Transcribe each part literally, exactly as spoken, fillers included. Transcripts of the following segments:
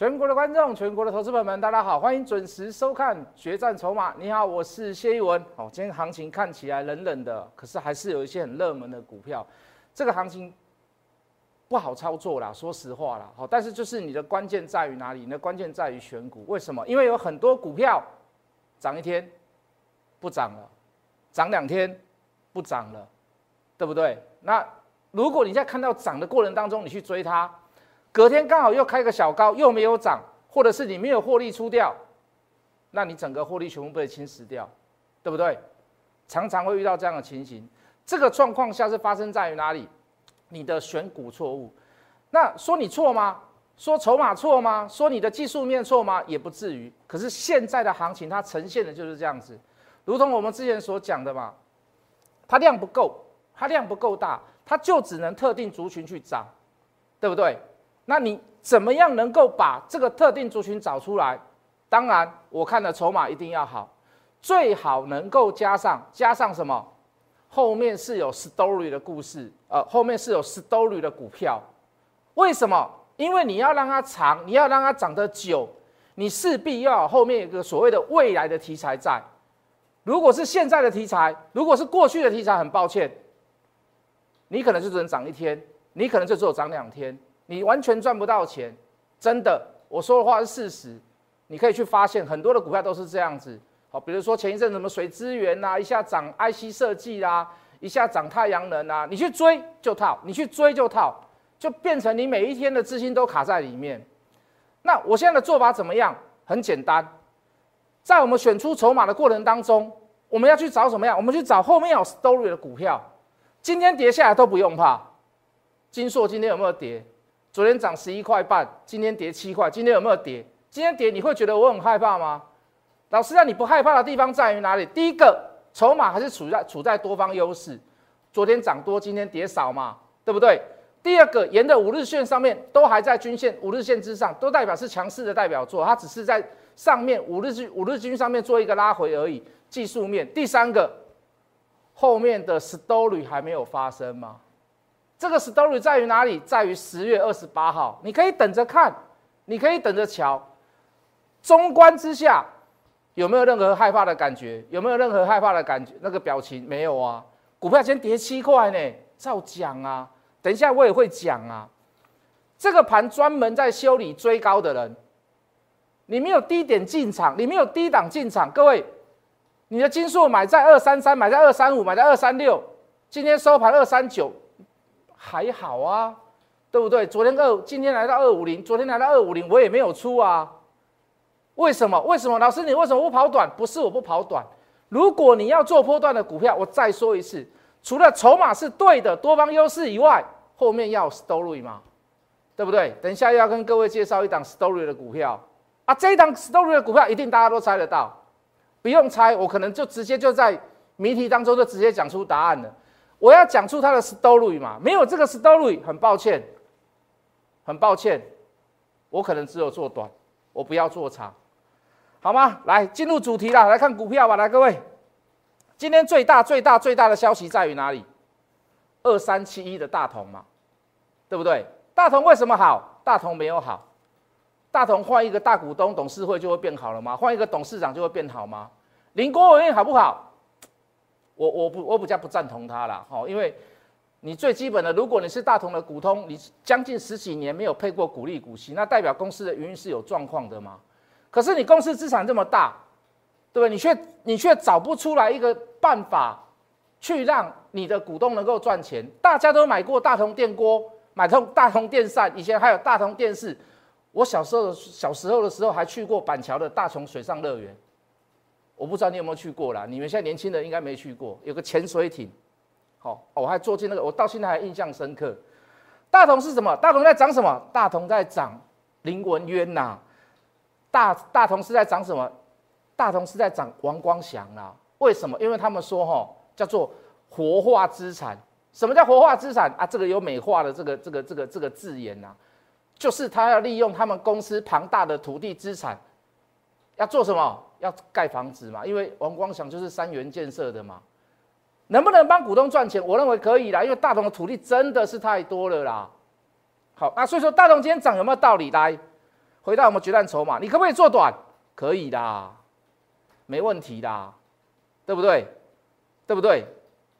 全国的观众，全国的投资朋友们，大家好，欢迎准时收看《决战筹码》。你好，我是谢一文。好，今天行情看起来冷冷的，可是还是有一些很热门的股票。这个行情不好操作啦，说实话啦。好，但是就是你的关键在于哪里？你的关键在于选股。为什么？因为有很多股票涨一天不涨了，涨两天不涨了，对不对？那如果你在看到涨的过程当中，你去追它。隔天刚好又开个小高，又没有涨，或者是你没有获利出掉，那你整个获利全部被侵蚀掉，对不对？常常会遇到这样的情形。这个状况下是发生在于哪里？你的选股错误。那说你错吗？说筹码错吗？说你的技术面错吗？也不至于。可是现在的行情它呈现的就是这样子，如同我们之前所讲的嘛，它量不够，它量不够大，它就只能特定族群去涨，对不对？那你怎么样能够把这个特定族群找出来？当然，我看的筹码一定要好，最好能够加上加上什么？后面是有 story 的故事，呃，后面是有 story 的股票。为什么？因为你要让它长，你要让它涨得久，你势必要有后面有一个所谓的未来的题材在。如果是现在的题材，如果是过去的题材，很抱歉，你可能就只能涨一天，你可能就只有涨两天。你完全赚不到钱，真的，我说的话是事实。你可以去发现很多的股票都是这样子。好，比如说前一阵什么水资源啦、啊，一下涨 I C 设计啦，一下涨太阳能啊，你去追就套，你去追就套，就变成你每一天的资金都卡在里面。那我现在的做法怎么样？很简单，在我们选出筹码的过程当中，我们要去找什么样？我们去找后面有 story 的股票，今天跌下来都不用怕。金硕今天有没有跌？昨天涨十一块半，今天跌七块，今天有没有跌？今天跌，你会觉得我很害怕吗？老实讲，你不害怕的地方在于哪里？第一个，筹码还是处在处在多方优势，昨天涨多，今天跌少嘛，对不对？第二个，沿着五日线上面都还在均线、五日线之上，都代表是强势的代表作，它只是在上面五日均五日均上面做一个拉回而已，技术面。第三个，后面的 story 还没有发生吗？这个 story 在于哪里？在于十月二十八号，你可以等着看，你可以等着瞧。中观之下，有没有任何害怕的感觉？有没有任何害怕的感觉？那个表情没有啊。股票今天跌七块呢，照讲啊。等一下我也会讲啊。这个盘专门在修理追高的人，你没有低点进场，你没有低档进场，各位，你的金硕买在二三三，买在二三五，买在二三六，今天收盘二三九。还好啊，对不对？昨天二，今天来到二五零，昨天来到二五零，我也没有出啊。为什么？为什么？老师，你为什么不跑短？不是我不跑短。如果你要做波段的股票，我再说一次，除了筹码是对的，多方优势以外，后面要有 story 嘛，对不对？等一下要跟各位介绍一档 story 的股票啊，这一档 story 的股票一定大家都猜得到，不用猜，我可能就直接就在谜题当中就直接讲出答案了。我要讲出它的 story 嘛，没有这个 story， 很抱歉，很抱歉，我可能只有做短，我不要做长，好吗？来进入主题啦，来看股票吧，来各位，今天最大最大最大的消息在于哪里？二三七一的大同嘛，对不对？大同为什么好？大同没有好，大同换一个大股东，董事会就会变好了吗？换一个董事长就会变好吗？林国委员好不好？我我不我比较不赞同他啦，哦，因为你最基本的，如果你是大同的股东，你将近十几年没有配过股利股息，那代表公司的营运是有状况的嘛。可是你公司资产这么大，对不对？你却你却找不出来一个办法，去让你的股东能够赚钱。大家都买过大同电锅，买通大同电扇，以前还有大同电视。我小时候小时候的时候还去过板桥的大同水上乐园。我不知道你有没有去过啦，你们现在年轻人应该没去过，有个潜水艇，好、哦，我还坐进那个，我到现在还印象深刻。大同是什么？大同在涨什么？大同在涨林文渊呐、啊，大大同是在涨什么？大同是在涨王光祥啦、啊。为什么？因为他们说哈、哦，叫做活化资产。什么叫活化资产啊？这个有美化的这个这个这个这个字眼呐、啊，就是他要利用他们公司庞大的土地资产，要做什么？要盖房子嘛，因为王光祥就是三元建设的嘛，能不能帮股东赚钱？我认为可以啦，因为大同的土地真的是太多了啦。好，那所以说大同今天涨有没有道理？来， 回到我们决战筹码，你可不可以做短？可以的，没问题的，对不对？对不对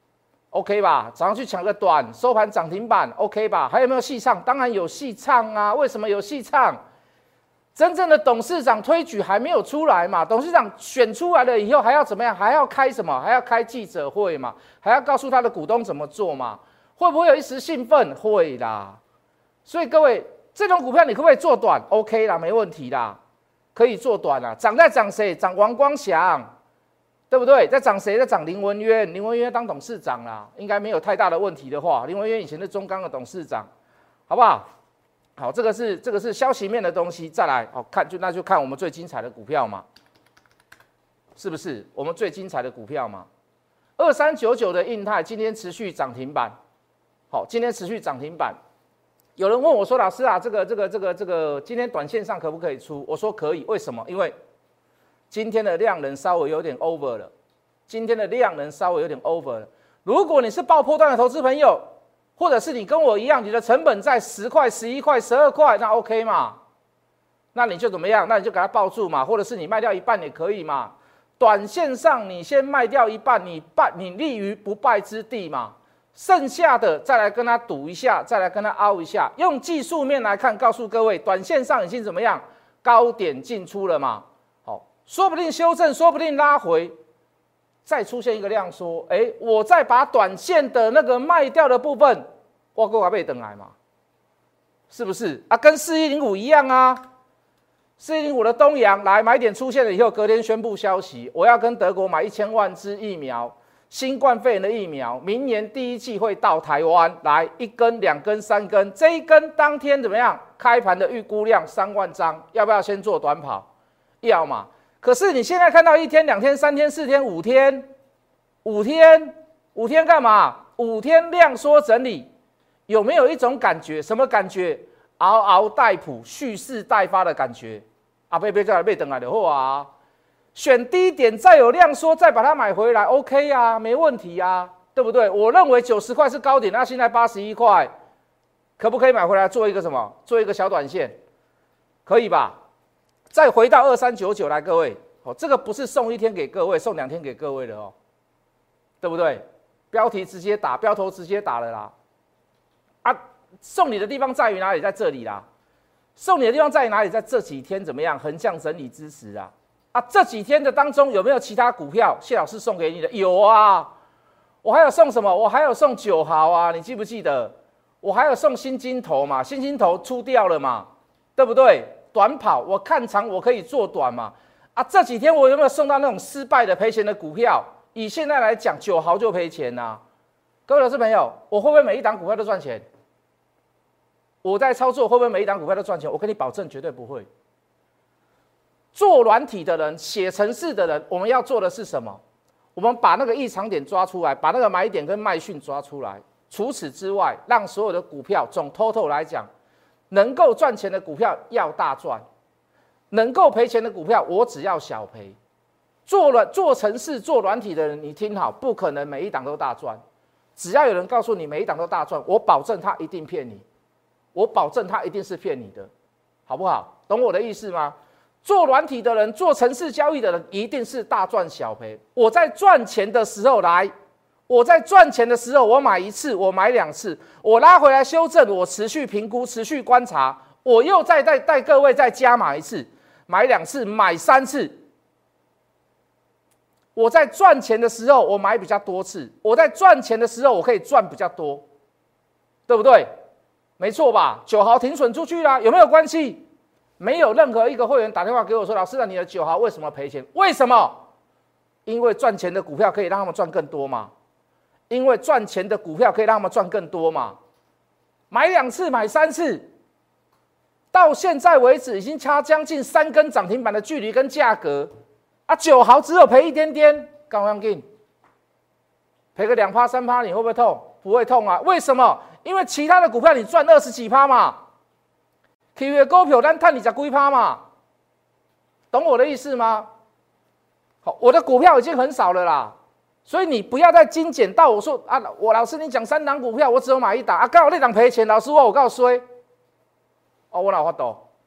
？OK 吧？早上去抢个短，收盘涨停板 ，OK 吧？还有没有戏唱？当然有戏唱啊！为什么有戏唱？真正的董事长推举还没有出来嘛？董事长选出来了以后还要怎么样？还要开什么？还要开记者会嘛？还要告诉他的股东怎么做嘛？会不会有一时兴奋？会啦。所以各位，这种股票你可不可以做短 ？OK 啦，没问题啦，可以做短啦。涨在涨谁？涨王光祥，对不对？在涨谁？在涨林文渊，林文渊当董事长啦，应该没有太大的问题的话，林文渊以前是中钢的董事长，好不好？好，这个是这个是消息面的东西，再来好看就那就看我们最精彩的股票嘛，是不是？我们最精彩的股票嘛，二三九九的印泰今天持续涨停板，好，今天持续涨停板。有人问我说：“老师啊，这个这个这个这个今天短线上可不可以出？”我说可以，为什么？因为今天的量能稍微有点 over 了，今天的量能稍微有点 over 了。如果你是爆波段的投资朋友，或者是你跟我一样，你的成本在十块、十一块、十二块，那 OK 嘛？那你就怎么样？那你就给它抱住嘛，或者是你卖掉一半也可以嘛。短线上你先卖掉一半，你败你立于不败之地嘛。剩下的再来跟它赌一下，再来跟它凹一下。用技术面来看，告诉各位，短线上已经怎么样？高点进出了嘛？好，说不定修正，说不定拉回。再出现一个量缩，哎，我再把短线的那个卖掉的部分，我给我被等来嘛，是不是啊？跟四一零五一样啊，四一零五的东阳来买点出现了以后，隔天宣布消息，我要跟德国买一千万支疫苗，新冠肺炎的疫苗，明年第一季会到台湾来，一根、两根、三根，这一根当天怎么样？开盘的预估量三万张，要不要先做短跑？要嘛。可是你现在看到一天、两天、三天、四天、五天、五天、五天干嘛？五天量缩整理，有没有一种感觉？什么感觉？嗷嗷待哺、蓄势待发的感觉？啊，别别再来别等来的货啊！选低点，再有量缩，再把它买回来 ，OK 啊，没问题啊，对不对？我认为九十块是高点，那现在八十一块，可不可以买回来做一个什么？做一个小短线，可以吧？再回到二三九九来，各位，哦，这个不是送一天给各位，送两天给各位的哦，对不对？标题直接打，标头直接打了啦。啊，送你的地方在于哪里？在这里啦。送你的地方在于哪里？在这几天怎么样？横向整理支持啊。啊，这几天的当中有没有其他股票？谢老师送给你的有啊。我还有送什么？我还有送九豪啊，你记不记得？我还有送新金头嘛，新金头出掉了嘛，对不对？短跑，我看长，我可以做短嘛。啊，这几天我有没有送到那种失败的赔钱的股票？以现在来讲，九豪就赔钱呐、啊。各位老师朋友，我会不会每一档股票都赚钱？我在操作会不会每一档股票都赚钱？我跟你保证，绝对不会。做软体的人，写程式的人，我们要做的是什么？我们把那个异常点抓出来，把那个买点跟卖讯抓出来。除此之外，让所有的股票总 total 来讲，能够赚钱的股票要大赚，能够赔钱的股票我只要小赔。做了做程式、做软体的人，你听好，不可能每一档都大赚。只要有人告诉你每一档都大赚，我保证他一定骗你，我保证他一定是骗你的，好不好？懂我的意思吗？做软体的人、做程式交易的人，一定是大赚小赔。我在赚钱的时候来，我在赚钱的时候，我买一次，我买两次，我拉回来修正，我持续评估、持续观察，我又再带带各位再加码一次，买两次，买三次。我在赚钱的时候，我买比较多次；我在赚钱的时候，我可以赚比较多，对不对？没错吧？九豪停损出去啦，有没有关系？没有任何一个会员打电话给我说：“老师啊，你的九豪为什么赔钱？为什么？因为赚钱的股票可以让他们赚更多嘛。因为赚钱的股票可以让他们赚更多嘛。买两次，买三次，到现在为止已经差将近三根涨停板的距离跟价格。”啊，九豪只有赔一点点，刚刚给赔个两趴三趴，你会不会痛？不会痛啊？为什么？因为其他的股票你赚二十几趴嘛，其余的股票咱赚你才几趴嘛，懂我的意思吗？好，我的股票已经很少了啦，所以你不要再精简到我说啊，我老师你讲三档股票，我只有买一档啊，刚好那档赔钱，老师我我告诉你，哦，我哪法度？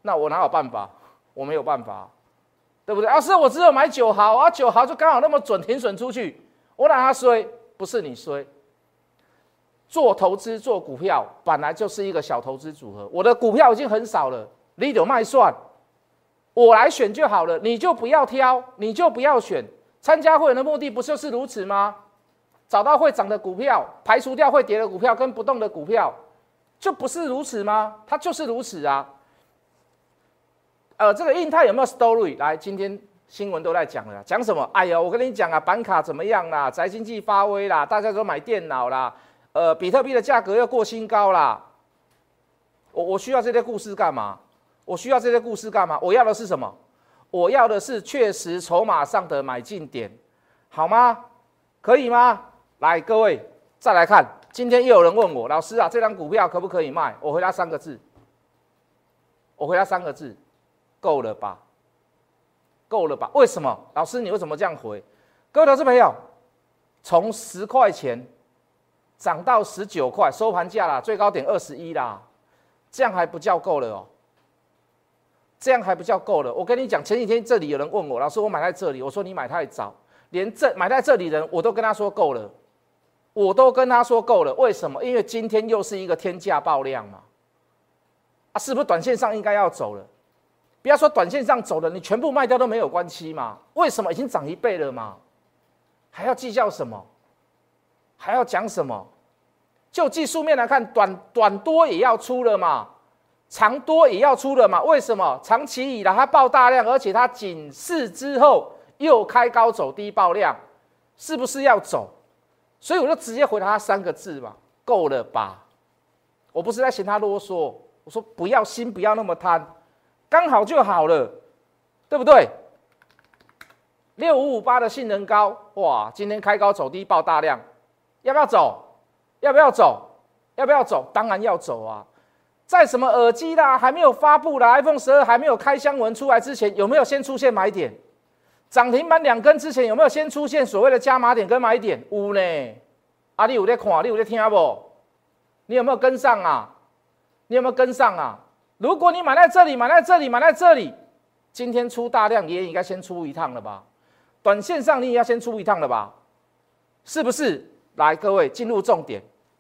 那我哪有办法？我没有办法，对不对？要是我只有买九毫啊，九毫就刚好那么准停损出去，我让它衰，不是你衰。做投资做股票本来就是一个小投资组合，我的股票已经很少了，你就卖算，我来选就好了，你就不要挑，你就不要选。参加会员的目的不就是如此吗？找到会涨的股票，排除掉会跌的股票跟不动的股票，就不是如此吗？它就是如此啊。呃，这个印泰有没有 story？ 来，今天新闻都在讲了，讲什么？哎呦，我跟你讲啊，板卡怎么样啦？宅经济发威啦，大家都买电脑啦，呃，比特币的价格又过新高啦。我我需要这些故事干嘛？我需要这些故事干嘛？我要的是什么？我要的是确实筹码上的买进点，好吗？可以吗？来，各位再来看，今天又有人问我，老师啊，这张股票可不可以卖？我回答三个字，我回答三个字。够了吧？够了吧？为什么？老师，你为什么这样回？各位投资朋友，从十块钱涨到十九块，收盘价啦，最高点二十一啦，这样还不叫够了哦。这样还不叫够了。我跟你讲，前几天这里有人问我，老师，我买在这里，我说你买太早，连这买在这里的人我都跟他说够了，我都跟他说够了。为什么？因为今天又是一个天价爆量嘛，啊，是不是短线上应该要走了？不要说短线上走了，你全部卖掉都没有关系嘛？为什么？已经涨一倍了嘛？还要计较什么？还要讲什么？就技术面来看，短短多也要出了嘛，长多也要出了嘛？为什么？长期以来它爆大量，而且它警示之后又开高走低爆量，是不是要走？所以我就直接回答他三个字嘛，够了吧？我不是在嫌他啰嗦，我说不要心不要那么贪。刚好就好了，对不对？六五五八的性能高，哇，今天开高走低爆大量，要不要走？要不要走？要不要走？当然要走啊！在什么耳机啦，还没有发布啦 ，iPhone 十二还没有开箱文出来之前，有没有先出现买点？涨停板两根之前，有没有先出现所谓的加码点跟买点？有呢。啊，你有在看？你有在听不？你有没有跟上啊？你有没有跟上啊？如果你买在这里，买在这里，买在这里，今天出大量，你也应该先出一趟了吧？短线上你也要先出一趟了吧？是不是？来，各位进入重点。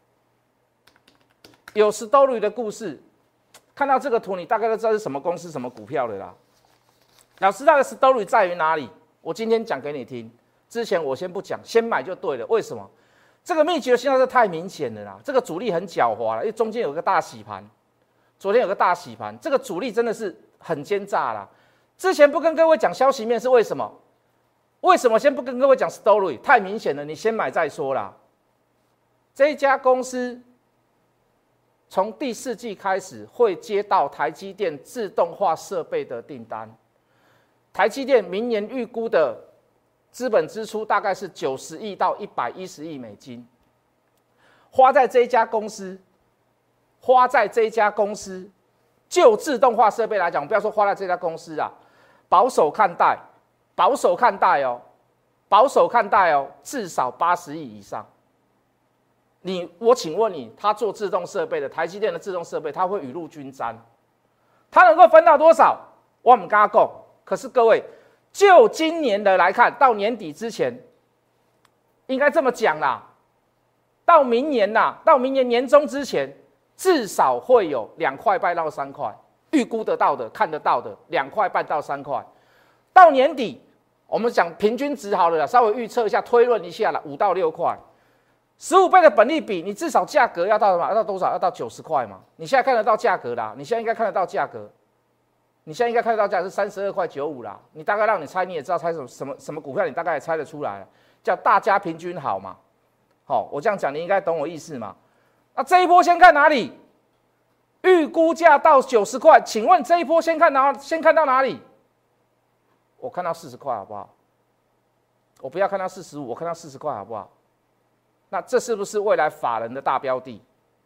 有 story 的故事，看到这个图，你大概都知道是什么公司、什么股票了啦。老师，他的 story 在于哪里？我今天讲给你听。之前我先不讲，先买就对了。为什么？这个秘诀现在是太明显了啦，这个主力很狡猾了，因为中间有个大洗盘。昨天有个大洗盘，这个主力真的是很奸诈啦。之前不跟各位讲消息面是为什么？为什么先不跟各位讲 story？ 太明显了，你先买再说啦。这一家公司从第四季开始会接到台积电自动化设备的订单，台积电明年预估的资本支出大概是九十亿到一百一十亿美金，花在这一家公司。花在这一家公司，就自动化设备来讲，不要说花在这家公司啊，保守看待，保守看待哦，保守看待哦，至少八十亿以上。你，我请问你，他做自动设备的，台积电的自动设备，他会雨露均沾，他能够分到多少？我们跟他讲。可是各位，就今年的来看，到年底之前，应该这么讲啦，到明年啦，到明年年中之前。至少会有两块半到三块，预估得到的、看得到的两块半到三块。到年底，我们讲平均值好了啦，稍微预测一下、推论一下啦，五到六块，十五倍的本利比，你至少价格要到什么？要到多少？要到九十块嘛。你现在看得到价格啦，你现在应该看得到价格，你现在应该看得到价格是三十二块九五啦。你大概让你猜，你也知道猜什么什么什么股票，你大概也猜得出来，叫大家平均好嘛。好，我这样讲，你应该懂我意思嘛。那这一波先看哪里？预估价到九十块，请问这一波先看哪？先看到哪里？我看到四十块，好不好？我不要看到四十五，我看到四十块，好不好？那这是不是未来法人的大标的？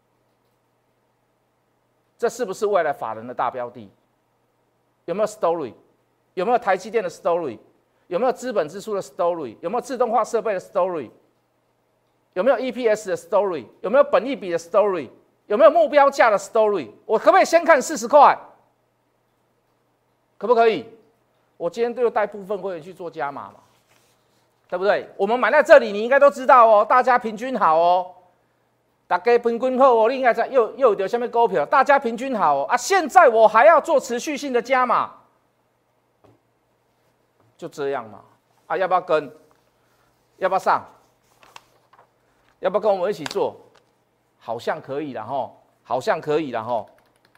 这是不是未来法人的大标的？有没有 story？ 有没有台积电的 story？ 有没有资本支出的 story？ 有没有自动化设备的 story？有没有 E P S 的 story？ 有没有本益比的 story？ 有没有目标价的 story？ 我可不可以先看四十块？ 可不可以？我今天都有带部分会员去做加码嘛，对不对？我们买在这里，你应该都知道哦，大家平均好哦，大家平均好哦，你应该在又又有下面股票，大家平均好哦啊！现在我还要做持续性的加码，就这样嘛啊！要不要跟？要不要上？要不要跟我们一起做？好像可以了吼，好像可以了吼。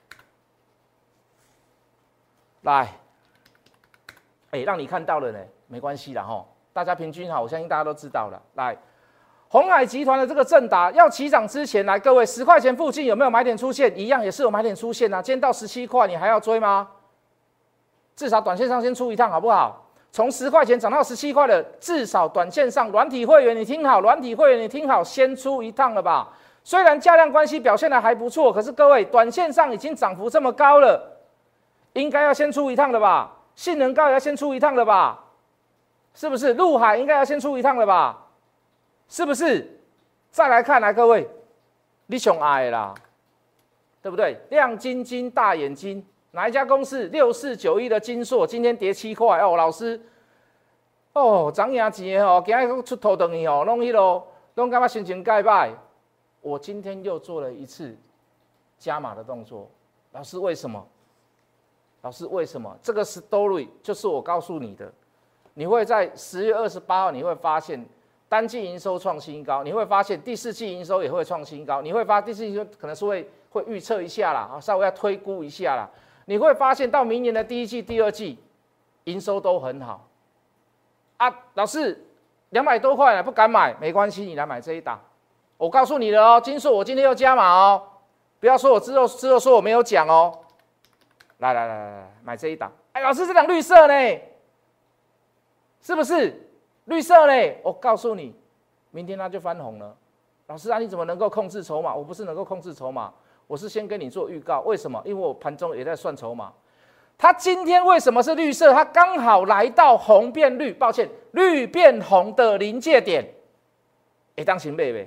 来，哎、欸，让你看到了呢，没关系啦吼，大家平均好，我相信大家都知道了。来，鸿海集团的这个正达要起涨之前，来各位十块钱附近有没有买点出现？一样也是有买点出现啊。今天到十七块，你还要追吗？至少短线上先出一趟好不好？从十块钱涨到十七块的，至少短线上软体会员你听好，软体会员你听好，先出一趟了吧？虽然价量关系表现的还不错，可是各位短线上已经涨幅这么高了。应该要先出一趟了吧？性能高也要先出一趟了吧？是不是？陆海应该要先出一趟了吧？是不是？再来看来各位，你上爱的啦，对不对？亮晶晶大眼睛，哪一家公司？六四九一的金硕今天跌七块哦，老师，哦，涨牙钱哦，今日出头等伊哦，弄迄落，弄感觉心情盖歹。我今天又做了一次加码的动作，老师为什么？老师，为什么这个 story 就是我告诉你的？你会在十月二十八号，你会发现单季营收创新高，你会发现第四季营收也会创新高，你会发现第四季可能是会会预测一下啦，稍微要推估一下啦。你会发现到明年的第一季、第二季营收都很好啊。老师，两百多块了不敢买，没关系，你来买这一档。我告诉你了哦，金硕我今天又加码哦，不要说我之后之后说我没有讲哦。来来来来来，买这一档。哎，老师，这档绿色呢？是不是绿色呢？我告诉你，明天它就翻红了。老师啊，你怎么能够控制筹码？我不是能够控制筹码，我是先跟你做预告。为什么？因为我盘中也在算筹码。它今天为什么是绿色？它刚好来到红变绿，抱歉，绿变红的临界点。哎，当行妹妹，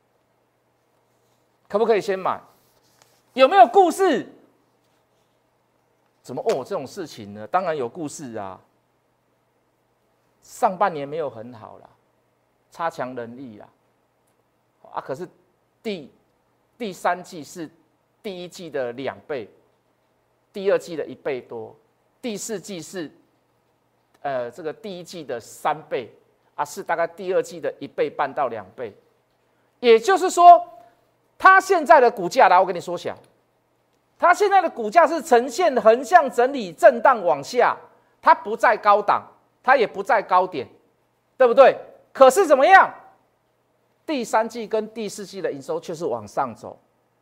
可不可以先买？有没有故事？怎么哦？这种事情呢？当然有故事啊。上半年没有很好啦，差强人意啦。啊，可是第第三季是第一季的两倍，第二季的一倍多，第四季是呃这个第一季的三倍啊，是大概第二季的一倍半到两倍。也就是说，它现在的股价，来我跟你说小。它现在的股价是呈现横向整理、震荡往下，它不在高档，它也不在高点，对不对？可是怎么样？第三季跟第四季的营收却是往上走。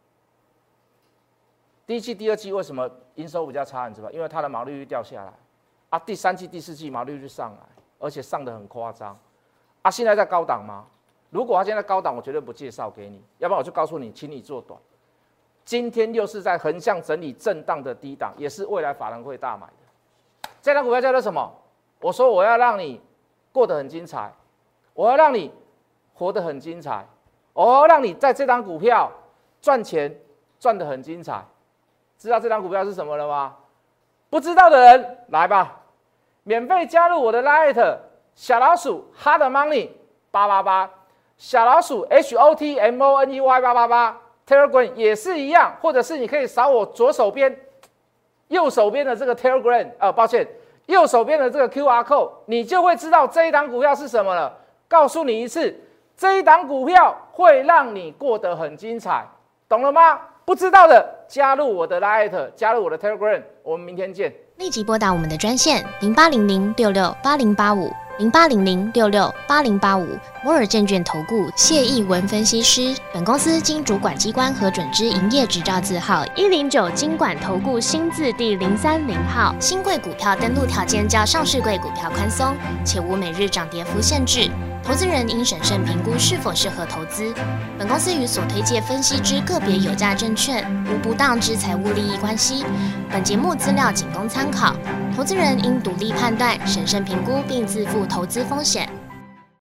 第一季、第二季为什么营收比较差？你知道吧？因为它的毛利率掉下来啊。第三季、第四季毛利率上来，而且上得很夸张啊。现在在高档吗？如果它现在高档，我绝对不介绍给你，要不然我就告诉你，请你做短。今天又是在横向整理震荡的低档，也是未来法人会大买的。这张股票叫做什么？我说我要让你过得很精彩，我要让你活得很精彩，我要让你在这张股票赚钱赚得很精彩。知道这张股票是什么了吗？不知道的人来吧，免费加入我的 Line 小老鼠 Hot Money 八八八，小老鼠 H O T M O N E Y 八八八。Telegram 也是一样，或者是你可以扫我左手边、右手边的这个 Telegram， 呃，抱歉，右手边的这个 Q R code， 你就会知道这一档股票是什么了。告诉你一次，这一档股票会让你过得很精彩，懂了吗？不知道的加入我的 Line， 加入我的 Telegram， 我们明天见。 立即拨打我们的专线零八零零六六八零八五零八零零六六八零八五摩尔证券投顾谢逸文分析师。本公司经主管机关核准之营业执照字号一零九金管投顾新字第零三零号。新贵股票登录条件较上市贵股票宽松，且无每日涨跌幅限制。投资人应审慎评估是否适合投资。本公司与所推介分析之个别有价证券无不当之财务利益关系。本节目资料仅供参考，投资人应独立判断、审慎评估并自负投资风险。